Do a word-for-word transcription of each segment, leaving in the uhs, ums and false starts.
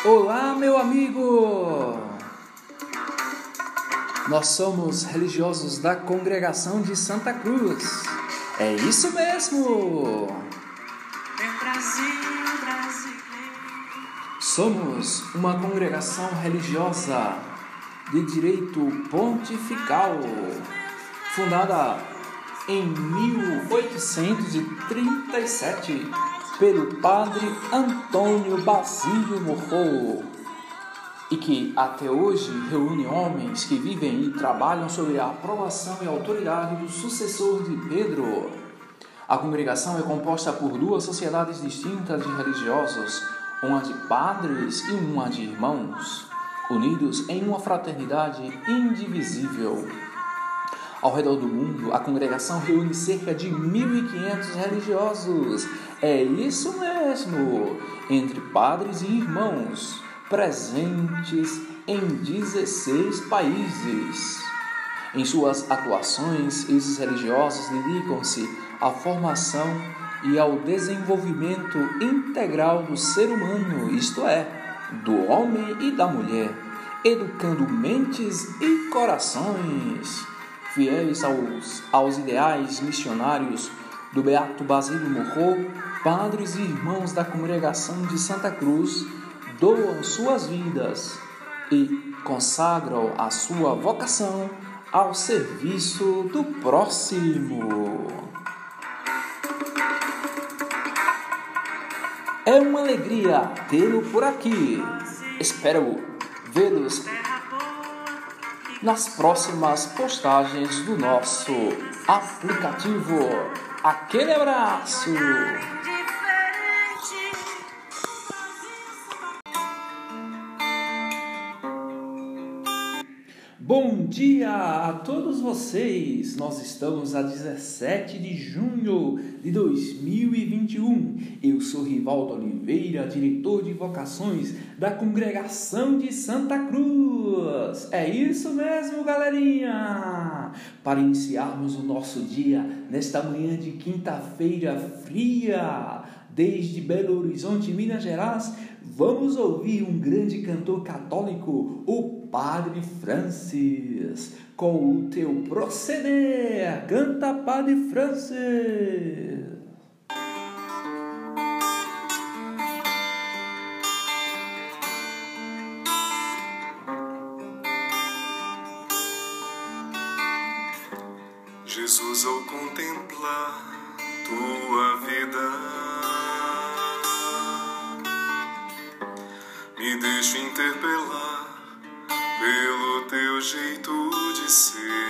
Olá, meu amigo! Nós somos religiosos da Congregação de Santa Cruz. É isso mesmo! Somos uma congregação religiosa de direito pontifical, fundada em mil oitocentos e trinta e sete pelo padre Antônio Basílio Morro, e que até hoje reúne homens que vivem e trabalham sob a aprovação e autoridade do sucessor de Pedro. A congregação é composta por duas sociedades distintas de religiosos, uma de padres e uma de irmãos, unidos em uma fraternidade indivisível. Ao redor do mundo, a congregação reúne cerca de mil e quinhentos religiosos. É isso mesmo! Entre padres e irmãos, presentes em dezesseis países. Em suas atuações, esses religiosos dedicam-se à formação e ao desenvolvimento integral do ser humano, isto é, do homem e da mulher, educando mentes e corações. Fiéis aos, aos ideais missionários do Beato Basílio Morro, padres e irmãos da Congregação de Santa Cruz doam suas vidas e consagram a sua vocação ao serviço do próximo. É uma alegria tê-lo por aqui. Espero vê-los nas próximas postagens do nosso aplicativo. Aquele abraço! Bom dia a todos vocês! Nós estamos a dezessete de junho de dois mil e vinte e um. Eu sou Rivaldo Oliveira, diretor de vocações da Congregação de Santa Cruz. É isso mesmo, galerinha! Para iniciarmos o nosso dia nesta manhã de quinta-feira fria, desde Belo Horizonte, Minas Gerais, vamos ouvir um grande cantor católico, o Padre Francis, com o teu proceder. Canta, Padre Francis. Jesus, ao contemplar tua vida, me deixo interpelar pelo teu jeito de ser.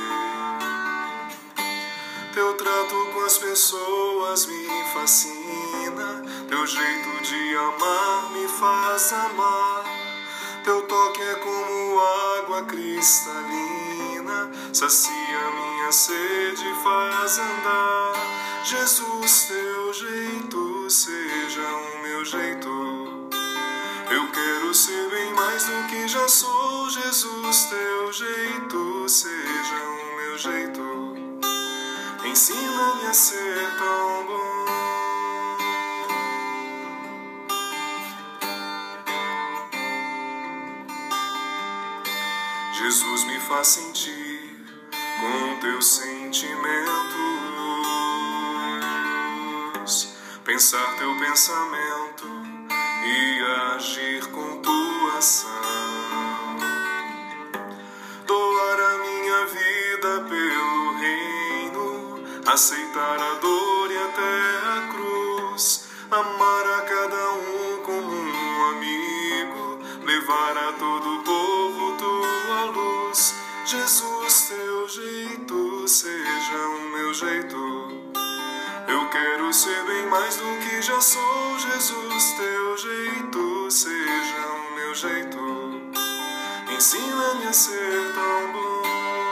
Teu trato com as pessoas me fascina, teu jeito de amar me faz amar. Teu toque é como água cristalina, sacia minha sede e faz andar. Jesus, teu jeito seja o meu jeito. Eu quero ser bem mais do que já sou. Jesus, teu jeito seja o meu jeito. Ensina-me a ser tão bom. Jesus, me faz sentir com teus sentimentos, pensar teu pensamento e agir com tua ação. Doar a minha vida pelo reino, aceitar a dor e até a cruz, amar a cada um como um amigo, levar a todo o povo tua luz. Jesus, teu jeito seja o meu jeito. Eu quero ser bem mais do que já sou. Jesus, teu jeito seja o meu jeito. Ensina-me a ser tão bom.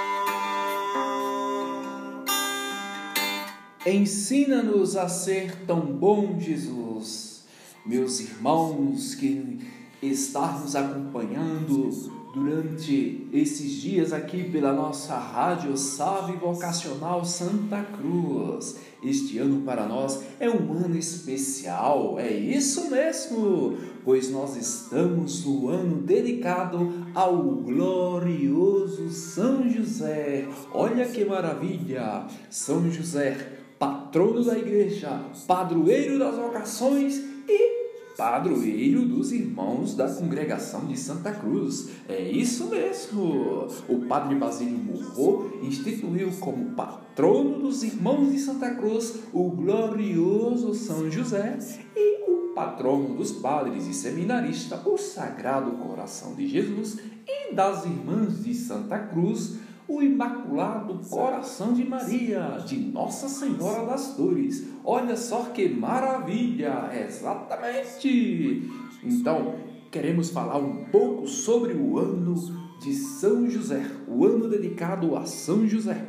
Ensina-nos a ser tão bom, Jesus. Meus irmãos que estão nos acompanhando durante esses dias aqui pela nossa Rádio Salve Vocacional Santa Cruz. Este ano para nós é um ano especial, é isso mesmo, pois nós estamos no ano dedicado ao glorioso São José. Olha que maravilha! São José, patrono da igreja, padroeiro das vocações e padroeiro dos irmãos da congregação de Santa Cruz. É isso mesmo! O padre Basílio Murro instituiu como patrono dos irmãos de Santa Cruz o glorioso São José e o patrono dos padres e seminaristas, o Sagrado Coração de Jesus, e das irmãs de Santa Cruz, o Imaculado Coração de Maria, de Nossa Senhora das Dores. Olha só que maravilha! Exatamente! Então, queremos falar um pouco sobre o ano de São José, o ano dedicado a São José.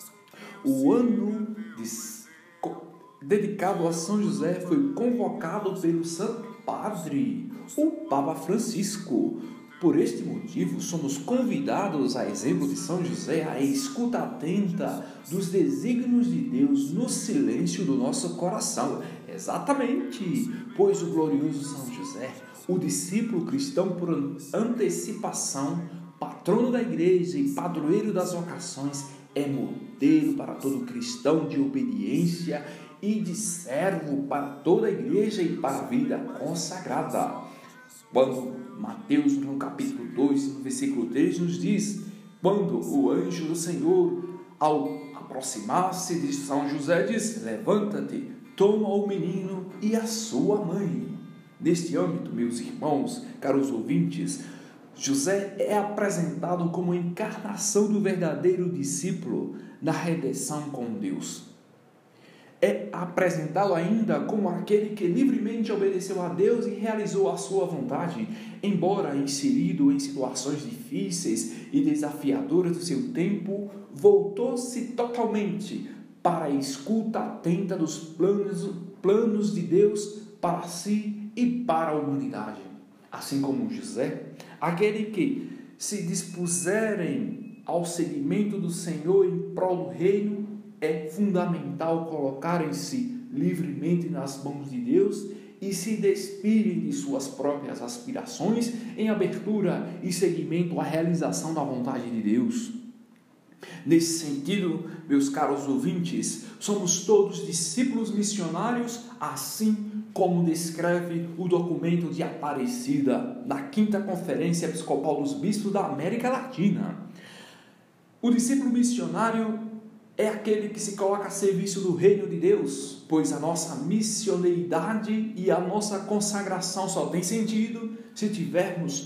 O ano de, dedicado a São José foi convocado pelo Santo Padre, o Papa Francisco. Por este motivo, somos convidados, a exemplo de São José, à escuta atenta dos desígnios de Deus no silêncio do nosso coração. Exatamente, pois o glorioso São José, o discípulo cristão por antecipação, patrono da igreja e padroeiro das vocações, é modelo para todo cristão de obediência e de servo para toda a igreja e para a vida consagrada. Quando Mateus, no capítulo dois, no versículo três, nos diz: quando o anjo do Senhor, ao aproximar-se de São José, diz: levanta-te, toma o menino e a sua mãe. Neste âmbito, meus irmãos, caros ouvintes, José é apresentado como a encarnação do verdadeiro discípulo na redenção com Deus. É apresentado ainda como aquele que livremente obedeceu a Deus e realizou a sua vontade, embora inserido em situações difíceis e desafiadoras do seu tempo, voltou-se totalmente para a escuta atenta dos planos, planos de Deus para si e para a humanidade. Assim como José, aquele que se dispuserem ao seguimento do Senhor em prol do reino, é fundamental colocarem-se livremente nas mãos de Deus e se despirem de suas próprias aspirações em abertura e seguimento à realização da vontade de Deus. Nesse sentido, meus caros ouvintes, somos todos discípulos missionários, assim como descreve o documento de Aparecida na quinta Conferência Episcopal dos Bispos da América Latina. O discípulo missionário é aquele que se coloca a serviço do reino de Deus, pois a nossa missioneidade e a nossa consagração só tem sentido se tivermos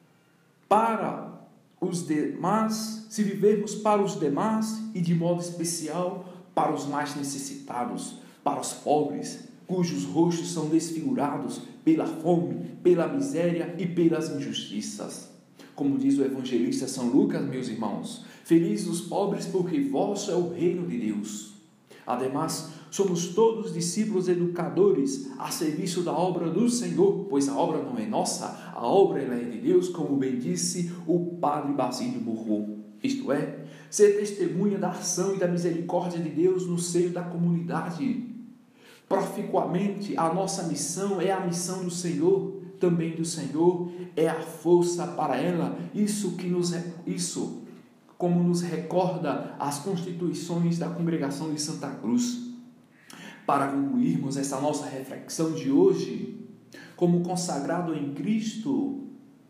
para os demais, se vivermos para os demais e de modo especial para os mais necessitados, para os pobres, cujos rostos são desfigurados pela fome, pela miséria e pelas injustiças. Como diz o evangelista São Lucas, meus irmãos, felizes os pobres, porque vosso é o reino de Deus. Ademais, somos todos discípulos educadores a serviço da obra do Senhor, pois a obra não é nossa, a obra ela é de Deus, como bem disse o padre Basílio Murro. Isto é, ser testemunha da ação e da misericórdia de Deus no seio da comunidade. Proficuamente, a nossa missão é a missão do Senhor, também do Senhor é a força para ela, isso que nos isso como nos recorda as constituições da congregação de Santa Cruz. Para concluirmos essa nossa reflexão de hoje, como consagrado em Cristo,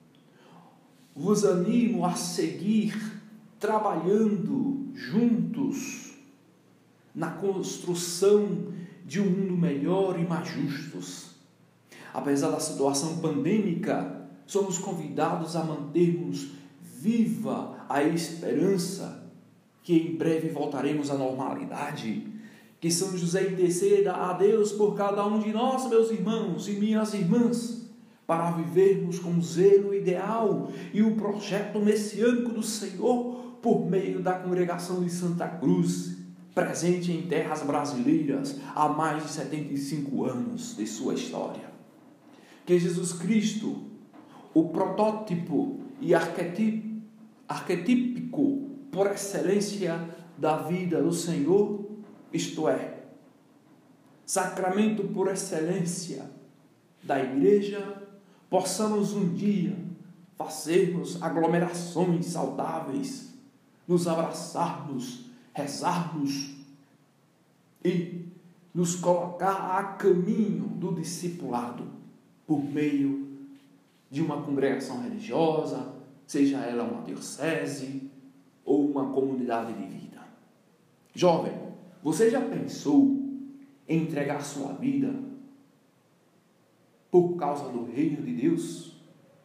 vos animo a seguir trabalhando juntos na construção de um mundo melhor e mais justo. Apesar da situação pandêmica, somos convidados a mantermos viva a esperança que em breve voltaremos à normalidade. Que São José interceda a Deus por cada um de nós, meus irmãos e minhas irmãs, para vivermos com zelo ideal e o projeto messiânico do Senhor por meio da congregação de Santa Cruz, presente em terras brasileiras há mais de setenta e cinco anos de sua história. Que Jesus Cristo, o protótipo e arquetipo arquetípico por excelência da vida do Senhor, isto é, sacramento por excelência da igreja, possamos um dia fazermos aglomerações saudáveis, nos abraçarmos, rezarmos e nos colocar a caminho do discipulado por meio de uma congregação religiosa, seja ela uma diocese ou uma comunidade de vida. Jovem, você já pensou em entregar sua vida por causa do reino de Deus?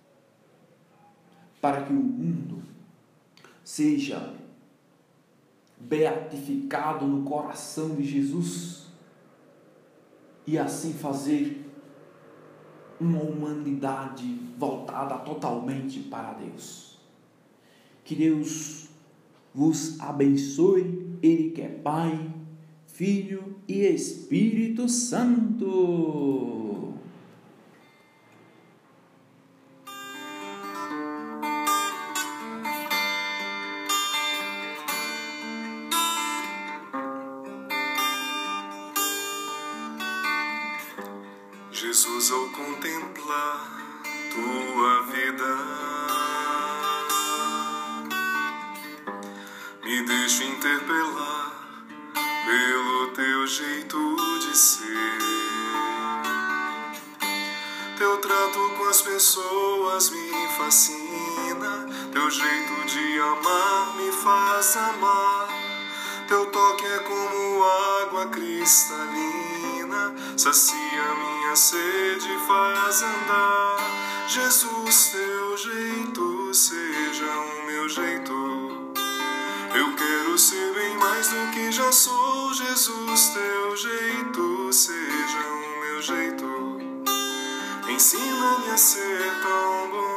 Para que o mundo seja beatificado no coração de Jesus e assim fazer uma humanidade voltada totalmente para Deus. Que Deus vos abençoe, Ele que é Pai, Filho e Espírito Santo. Jesus, ao contemplar tua vida, me deixo interpelar pelo teu jeito de ser. Teu trato com as pessoas me fascina, teu jeito de amar me faz amar. Teu toque é como água cristalina, sacia minha sede, faz andar. Jesus, teu jeito seja o meu jeito. Eu quero ser bem mais do que já sou. Jesus, teu jeito seja o meu jeito. Ensina-me a ser tão bom.